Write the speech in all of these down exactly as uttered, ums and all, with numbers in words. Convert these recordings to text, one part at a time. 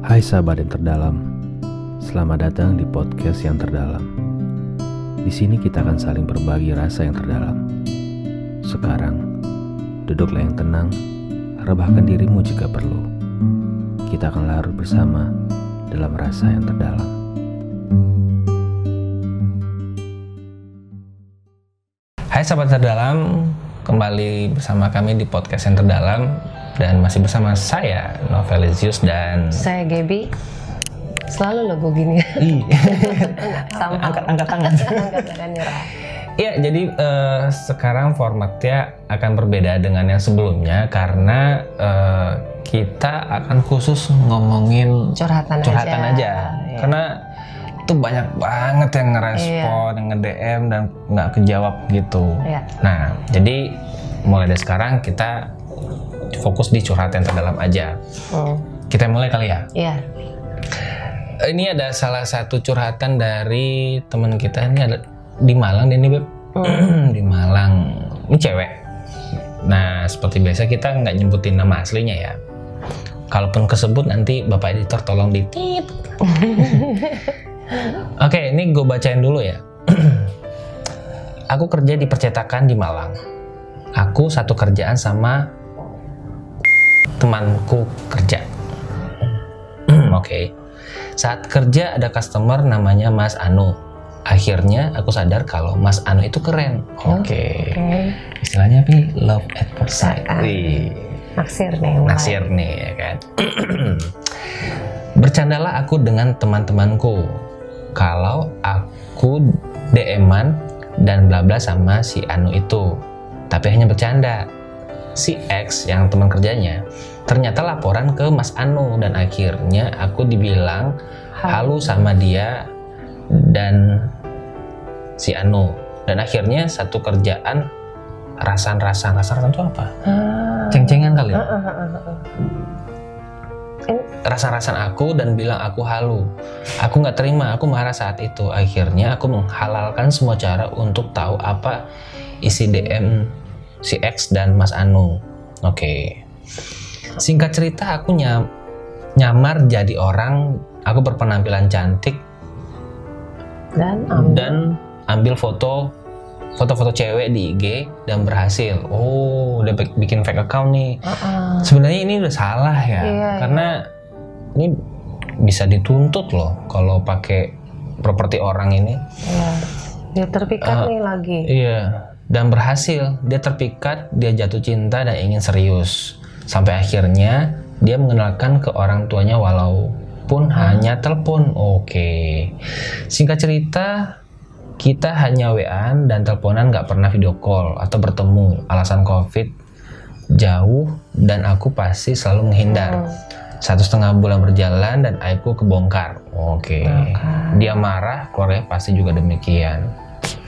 Hai sahabat yang terdalam, selamat datang di podcast yang terdalam. Di sini kita akan saling berbagi rasa yang terdalam. Sekarang, duduklah yang tenang, rebahkan dirimu jika perlu. Kita akan larut bersama dalam rasa yang terdalam. Hai sahabat terdalam, kembali bersama kami di podcast yang terdalam. Dan masih bersama saya, Novelisius, dan saya Gaby. Selalu logo gini. Sama angkat, angkat tangan. Angkat tangan nyerah. Iya, jadi uh, sekarang formatnya akan berbeda dengan yang sebelumnya karena uh, kita akan khusus ngomongin curhatan, curhatan aja. aja. Ya. Karena itu banyak banget yang ngerespon, iya. yang nge-D M dan nggak kejawab gitu. Iya. Nah, jadi mulai dari sekarang kita fokus di curhatan terdalam aja. Hmm. Kita mulai kali ya? Iya. Ini ada salah satu curhatan dari teman kita, ini ada di Malang, ini Beb. Hmm. Di Malang. Ini cewek. Nah, seperti biasa kita nggak nyebutin nama aslinya ya. Kalaupun kesebut nanti Bapak Editor tolong ditip. Oke, ini gue bacain dulu ya. Aku kerja di percetakan di Malang. Aku satu kerjaan sama temanku kerja. Oke. Okay. Saat kerja ada customer namanya Mas Anu. Akhirnya aku sadar kalau Mas Anu itu keren. Oke. Okay. Okay. Istilahnya apa nih? Love at first sight. Wih. Naksir nih. Naksir nih ya kan. Bercandalah aku dengan teman-temanku kalau aku D M-an dan bla bla sama si Anu itu. Tapi hanya bercanda. Si X yang teman kerjanya ternyata laporan ke Mas Anu dan akhirnya aku dibilang halu sama dia dan si Anu dan akhirnya satu kerjaan rasan-rasan rasan-rasan itu apa? Ah. Ceng-cengan kali ya? Ah, ah, ah, ah. Rasan-rasan aku dan bilang aku halu. Aku nggak terima, aku marah saat itu. Akhirnya aku menghalalkan semua cara untuk tahu apa isi D M si X dan Mas Anu. Oke. Okay. Singkat cerita aku nyam, nyamar jadi orang, aku berpenampilan cantik dan ambil, dan ambil foto foto-foto cewek di I G dan berhasil. Oh, udah bikin fake account nih. Uh-uh. Sebenarnya ini udah salah ya. Iya, karena iya. ini bisa dituntut loh kalau pakai properti orang ini. Iya. Dia terpikat uh, nih lagi. Iya. Dan berhasil, dia terpikat, dia jatuh cinta dan ingin serius. Sampai akhirnya dia mengenalkan ke orang tuanya walaupun hmm. hanya telepon. Oke. Singkat cerita, kita hanya W A-an dan teleponan, gak pernah video call atau bertemu. Alasan COVID jauh dan aku pasti selalu menghindar. Hmm. Satu setengah bulan berjalan dan aibku kebongkar. Oke. Okay. Dia marah, keluarga pasti juga demikian.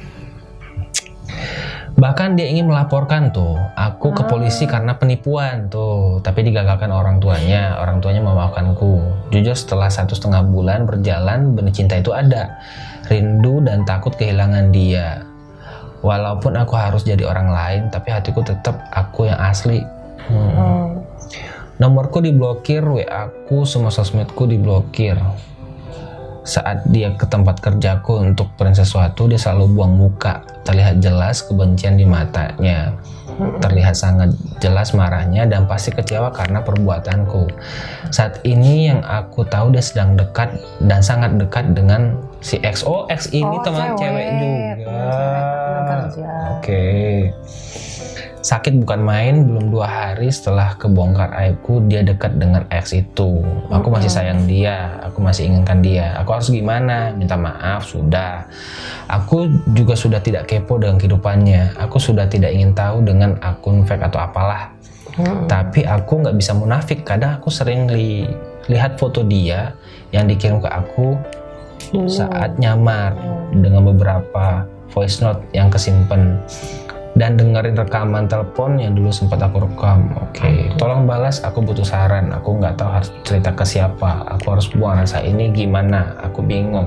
Bahkan dia ingin melaporkan tuh aku ke polisi karena penipuan tuh, tapi digagalkan orang tuanya. Orang tuanya memaafkanku. Jujur setelah satu setengah bulan berjalan, benih cinta itu ada, rindu dan takut kehilangan dia. Walaupun aku harus jadi orang lain, tapi hatiku tetap aku yang asli. Hmm. Hmm. Nomorku diblokir, W A-ku, semua sosmedku diblokir. Saat dia ke tempat kerjaku untuk perin sesuatu, dia selalu buang muka. Terlihat jelas kebencian di matanya. Terlihat sangat jelas marahnya dan pasti kecewa karena perbuatanku. Saat ini yang aku tahu dia sedang dekat dan sangat dekat dengan si X. Oh, X ini oh, teman cewek, cewek juga. Oke. Okay. Sakit bukan main, belum dua hari setelah kebongkar aibku, dia dekat dengan X itu. Aku masih sayang dia, aku masih inginkan dia. Aku harus gimana? Minta maaf, sudah. Aku juga sudah tidak kepo dengan kehidupannya. Aku sudah tidak ingin tahu dengan akun fake atau apalah. Hmm. Tapi aku nggak bisa munafik. Kadang aku sering li- lihat foto dia yang dikirim ke aku hmm. saat nyamar hmm. dengan beberapa voice note yang kesimpan. Dan dengerin rekaman telepon yang dulu sempat aku rekam. Oke, okay. Tolong balas, aku butuh saran. Aku nggak tahu harus cerita ke siapa. Aku harus buang rasa ini gimana? Aku bingung.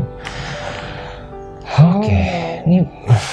Oke, okay. Ini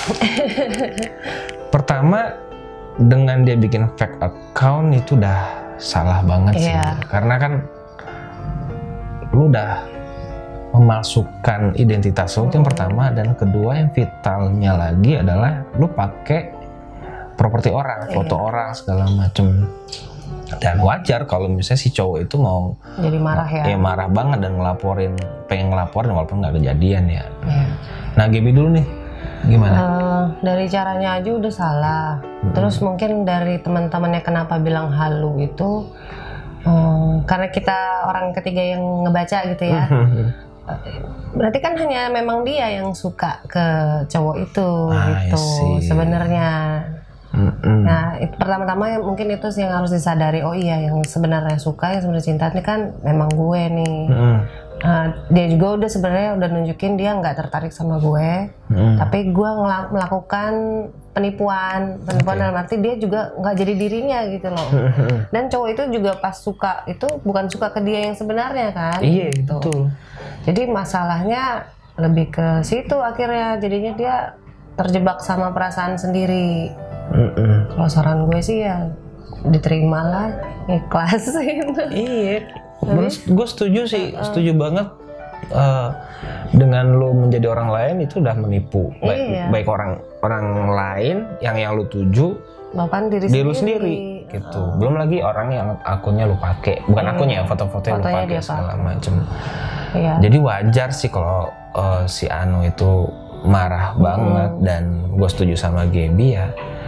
pertama dengan dia bikin fake account itu udah salah banget sih. Yeah. Karena kan lu udah memalsukan identitas lu, itu yang pertama. Dan kedua yang vitalnya lagi adalah lu pakai properti orang, foto Iya. orang segala macem. Dan wajar kalau misalnya si cowok itu mau Jadi marah ya. ya marah banget dan ngelaporin, pengen ngelaporin walaupun nggak kejadian ya. Iya. Nah Gaby dulu nih, gimana? Eh, dari caranya aja udah salah. Terus mungkin dari teman-temannya kenapa bilang halu itu eh, karena kita orang ketiga yang ngebaca gitu ya. Berarti kan hanya memang dia yang suka ke cowok itu I gitu see. sebenarnya. Mm-mm. Nah, itu pertama-tama yang mungkin itu sih yang harus disadari. Oh iya, yang sebenarnya suka, yang sebenarnya cinta ini kan memang gue nih. Mm-mm. Nah, dia juga udah sebenarnya udah nunjukin dia nggak tertarik sama gue, Mm-mm. tapi gue ngela- melakukan penipuan, penipuan Oke. dalam arti dia juga nggak jadi dirinya gitu loh. Dan cowok itu juga pas suka itu bukan suka ke dia yang sebenarnya kan? Iya gitu. betul. Jadi masalahnya lebih ke situ akhirnya, jadinya dia terjebak sama perasaan sendiri. Mm-mm. Kalau saran gue sih ya diterimalah, ikhlasin. Iya, gue setuju sih, setuju banget. Uh, dengan lo menjadi orang lain itu udah menipu, baik, Iya. baik orang orang lain yang yang lo tuju, Bahkan diri, diri lo sendiri. sendiri, gitu. Belum lagi orang yang akunnya lo pakai, bukan Iya. akunnya, foto-fotonya lo Fotonya pakai dia segala pakai. macem. Iya. Jadi wajar sih kalau uh, si Anu itu marah banget, dan gue setuju sama Gaby ya.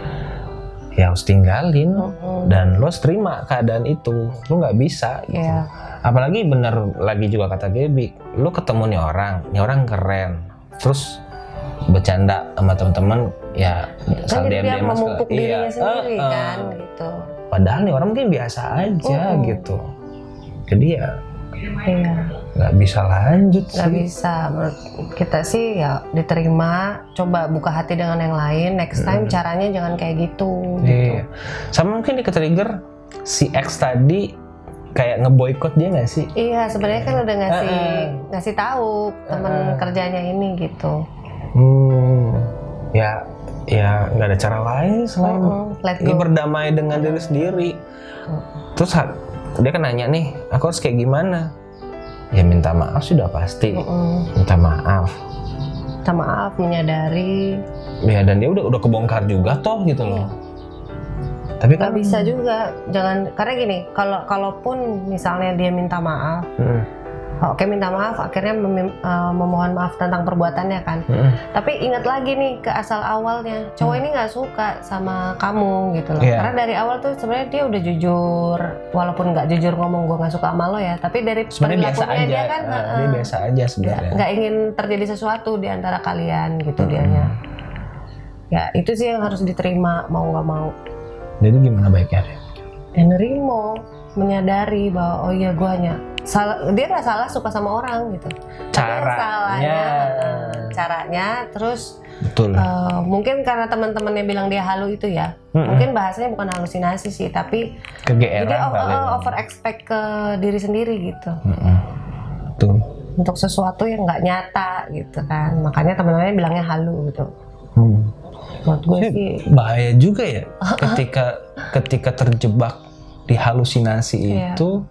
Ya harus tinggalin Mm-mm. dan lo harus terima keadaan itu, lo nggak bisa gitu. Iya. Apalagi bener lagi juga kata Gaby, lo ketemu nih orang, nih orang keren, terus bercanda sama teman-teman ya Kan asal jadi dia diam-diam mas- memupuk iya, dirinya sendiri eh, eh. kan gitu. Padahal nih orang mungkin biasa aja Mm-mm. gitu. Jadi ya Iya. nggak bisa lanjut Nggak sih. bisa. Menurut kita sih ya diterima, coba buka hati dengan yang lain. Next time caranya jangan kayak gitu. gitu. Iya. Sama mungkin di trigger si X tadi kayak ngeboikot dia nggak sih? Iya, sebenarnya kan udah ngasih Uh-uh. ngasih tahu temen Uh-uh. kerjanya ini gitu. Hmm, ya, ya nggak ada cara lain selain Mm-mm, let dia go. berdamai dengan diri sendiri. Terus ha- dia kan nanya nih, aku harus kayak gimana? Ya minta maaf sudah pasti, Mm-mm. minta maaf. Minta maaf, menyadari. Ya dan dia udah udah kebongkar juga toh gitu loh. Tapi kan Gak bisa juga, jangan, karena gini, kalau kalaupun misalnya dia minta maaf, Hmm, oke minta maaf, akhirnya mem- uh, memohon maaf tentang perbuatannya kan. hmm. Tapi ingat lagi nih ke asal awalnya, cowok ini nggak suka sama kamu gitu loh. Iya. Karena dari awal tuh sebenarnya dia udah jujur, walaupun nggak jujur ngomong gue nggak suka sama lo ya, tapi dari Sebenarnya biasa perilakunya aja, dia kan eh, uh, dia biasa aja sebenarnya. nggak ingin terjadi sesuatu di antara kalian gitu Hmm. dianya. Ya itu sih yang harus diterima mau nggak mau. Jadi gimana baiknya? Ya nerimo, menyadari bahwa oh iya gue hanya salah, dia nggak salah suka sama orang gitu. Tapi yang Caranya. salahnya, uh, caranya terus. Betul. Uh, mungkin karena teman-temannya bilang dia halu itu ya, Mm-mm. mungkin bahasanya bukan halusinasi sih, tapi Kegeeran jadi kali ya. over expect ke diri sendiri gitu, Mm-mm. Betul. untuk sesuatu yang nggak nyata gitu kan, makanya teman-temannya bilangnya halu gitu. Hmm. Menurut gue Saya sih, bahaya juga ya ketika ketika terjebak di halusinasi Iya. itu,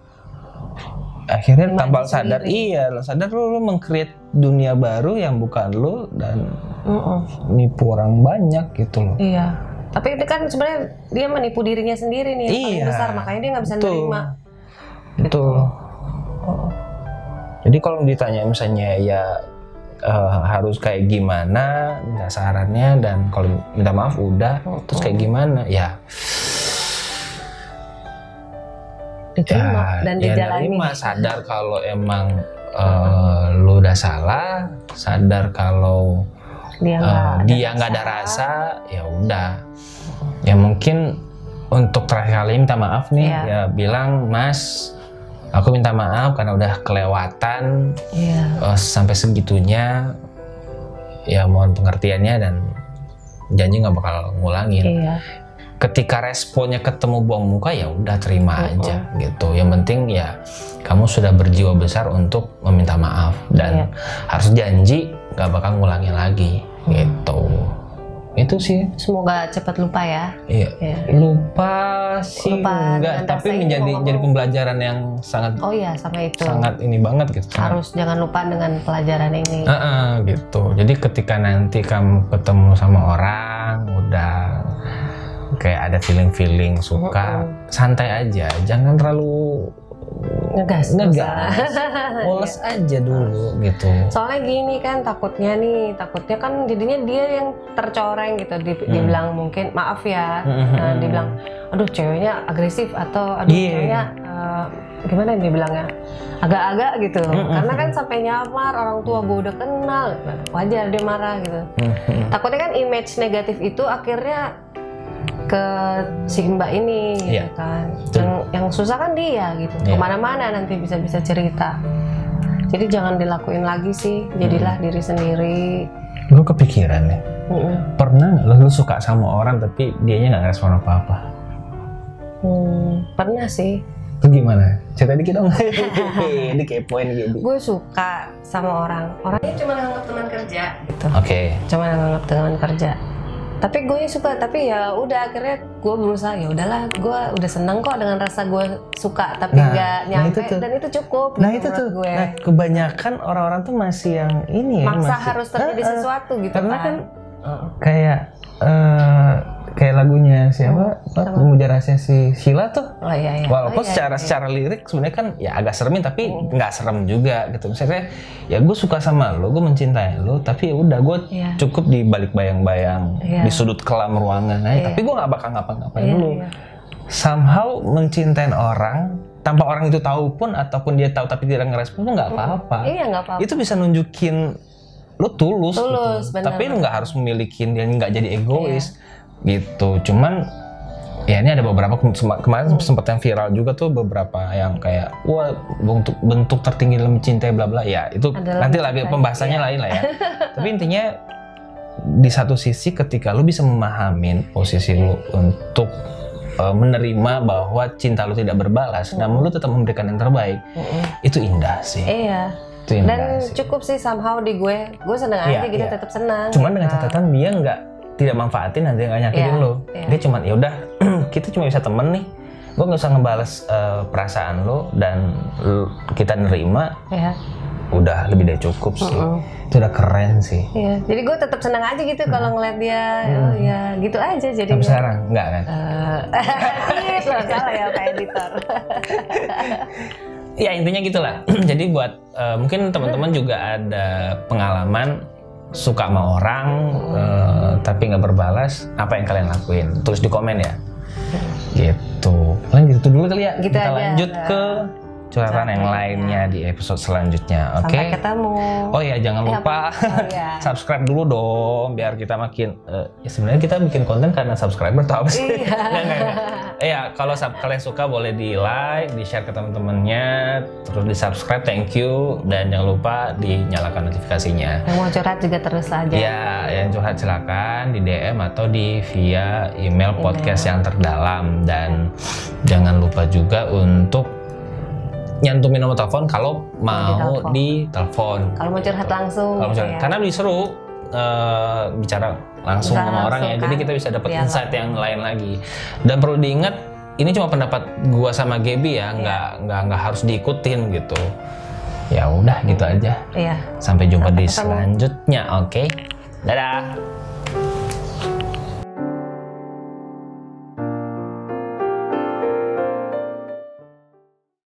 akhirnya Dimanja tanpa sadar, sendiri. iya lo sadar lo, lo meng-create dunia baru yang bukan lo dan mm-mm, nipu orang banyak gitu loh. iya. Tapi itu kan sebenarnya dia menipu dirinya sendiri nih yang paling Iya, besar, makanya dia nggak bisa betul. nerima. Betul. Oh, Jadi kalau ditanya misalnya ya eh, harus kayak gimana, minta sarannya, dan kalau minta maaf udah, terus kayak gimana ya. diterima dan ya dijalani. nerima, sadar kalau emang uh, lu udah salah, sadar kalau Dia uh, nggak dia nggak ada rasa, ya udah. Ya mungkin untuk terakhir kali minta maaf nih, Iya. ya bilang Mas, aku minta maaf karena udah kelewatan Iya. uh, sampai segitunya. Ya mohon pengertiannya dan janji nggak bakal ngulangin. Iya. Ketika responnya ketemu buang muka, ya udah terima Mm-mm. aja gitu. Yang penting ya kamu sudah berjiwa besar untuk meminta maaf dan Iya. harus janji gak bakal ngulangin lagi gitu. itu sih. Semoga cepat lupa ya. Iya. Ya. Lupa sih Lupa enggak, dengan tapi rasa menjadi ingin jadi ngomong. pembelajaran yang sangat Oh iya, sama itu. sangat ini banget gitu. sangat- Harus jangan lupa dengan pelajaran ini. Heeh, gitu. Jadi ketika nanti kamu ketemu sama orang, udah kayak ada feeling-feeling suka, Mm-mm. santai aja, jangan terlalu Ngegas. ngegas, Iya. poles aja dulu gitu. Soalnya gini kan, takutnya nih, takutnya kan jadinya dia yang tercoreng gitu, di, Hmm. dibilang mungkin maaf ya, Hmm. nah, dibilang, aduh ceweknya agresif atau aduh Iya. ceweknya uh, gimana yang dibilangnya, agak-agak gitu, Hmm. karena kan sampai nyamar orang tua gue udah kenal, wajar dia marah gitu. Hmm. Takutnya kan image negatif itu akhirnya ke si mbak ini gitu Iya. kan, Betul. yang yang susah kan dia gitu, Iya. kemana-mana nanti bisa-bisa cerita. Jadi jangan dilakuin lagi sih, jadilah diri sendiri. Gue kepikiran nih, Mm-mm. pernah nggak lo, lo suka sama orang tapi dianya nggak ngerespon apa-apa? Hmm, pernah sih. Itu gimana? Cerita dikit dong. Ini kepoin gitu. Gue suka sama orang, orangnya cuma nganggap teman kerja gitu, Oke. cuma nganggap teman kerja. Tapi gue suka, tapi ya udah akhirnya gue berusaha, ya udahlah, gue udah seneng kok dengan rasa gue suka, tapi Nah, nggak nah nyampe, itu tuh. dan itu cukup. Nah gitu itu menurut tuh, gue. nah kebanyakan orang-orang tuh masih yang ini ya, Maksa masih, harus terjadi Eh, eh, sesuatu gitu karena kan. kan Heeh. kayak eh kayak lagunya siapa, Apa? Memuja Rahasia si Sheila tuh. Oh iya iya. Walaupun Oh, iya, secara iya. secara lirik sebenarnya kan ya agak seremin, tapi Mm. nggak serem juga gitu. Misalnya ya gue suka sama lo, gue mencintai lo, tapi ya udah gue Iya. cukup di balik bayang-bayang Iya. di sudut kelam ruangan aja. Iya. Tapi gue nggak bakal ngapa-ngapain Iya, lo. iya. Somehow mencintai orang tanpa orang itu tahu pun, ataupun dia tahu tapi tidak ngerespon tuh nggak apa-apa. Iya nggak apa-apa. Itu bisa nunjukin lo tulus, Tulus, gitu. benar. Tapi lo nggak harus memiliki dia, nggak jadi egois gitu. Cuman ya ini ada beberapa sem- kemarin sempat yang viral juga tuh, beberapa yang kayak wah bentuk bentuk tertinggi dalam mencintai bla bla, ya itu Adalah nanti lagi mencintai, pembahasannya iya. lain lah ya. Tapi intinya di satu sisi ketika lo bisa memahamin posisi lo untuk uh, menerima bahwa cinta lo tidak berbalas, namun lo tetap memberikan yang terbaik, Mm-mm. itu indah sih. Iya. Itu indah Dan sih. cukup sih somehow di gue, gue seneng Iya, aja gitu, iya. tetap senang. Cuman dengan Nah, catatan dia nggak tidak manfaatin, nanti nggak nyakitin Iya, lo. iya. Dia cuman ya udah kita cuma bisa temen nih. Gue nggak usah ngebales uh, perasaan lo, dan lo- kita nerima, ya. udah lebih dari cukup sih. Mm-mm. Itu udah keren sih. Iya. Jadi gue tetap senang aja gitu kalau ngeliat dia, oh ya gitu aja jadi. Sampai sekarang nggak kan? Eh, loh, salah ya Pak Editor. Ya intinya gitulah. Jadi buat uh, mungkin teman-teman juga ada pengalaman suka sama orang uh, tapi nggak berbalas, apa yang kalian lakuin? Tulis di komen ya. Gitu. Lanjut itu dulu kali ya. Gitu Kita aja. lanjut ke curhatan yang Curhatan, lainnya di episode selanjutnya. Oke. Sampai ketemu. Oh ya jangan Eh, lupa apa? Oh, iya. subscribe dulu dong biar kita makin uh, ya sebenarnya kita bikin konten karena subscriber atau apa sih? Iya. Nggak, nggak, nggak. Iya, kalau sub- kalian suka boleh di like, di share ke teman-temannya, terus di subscribe, thank you, dan jangan lupa dinyalakan notifikasinya. Yang mau curhat juga terus aja. Ya, yang curhat silakan di D M atau di via email podcast yang terdalam, dan jangan lupa juga untuk nyantumin nomor telepon kalau mau ditelepon. ditelepon. Kalau mau curhat langsung. Kalau gitu misalnya, ya. karena lebih seru uh, bicara langsung Bicara sama orang ya, langsung jadi kan, kita bisa dapat dialog. insight yang lain lagi. Dan perlu diingat, ini cuma pendapat gua sama Gaby ya, nggak nggak nggak harus diikutin gitu. Ya udah gitu aja. Iya. Sampai jumpa Sampai di ketemu. selanjutnya, oke? Dadah.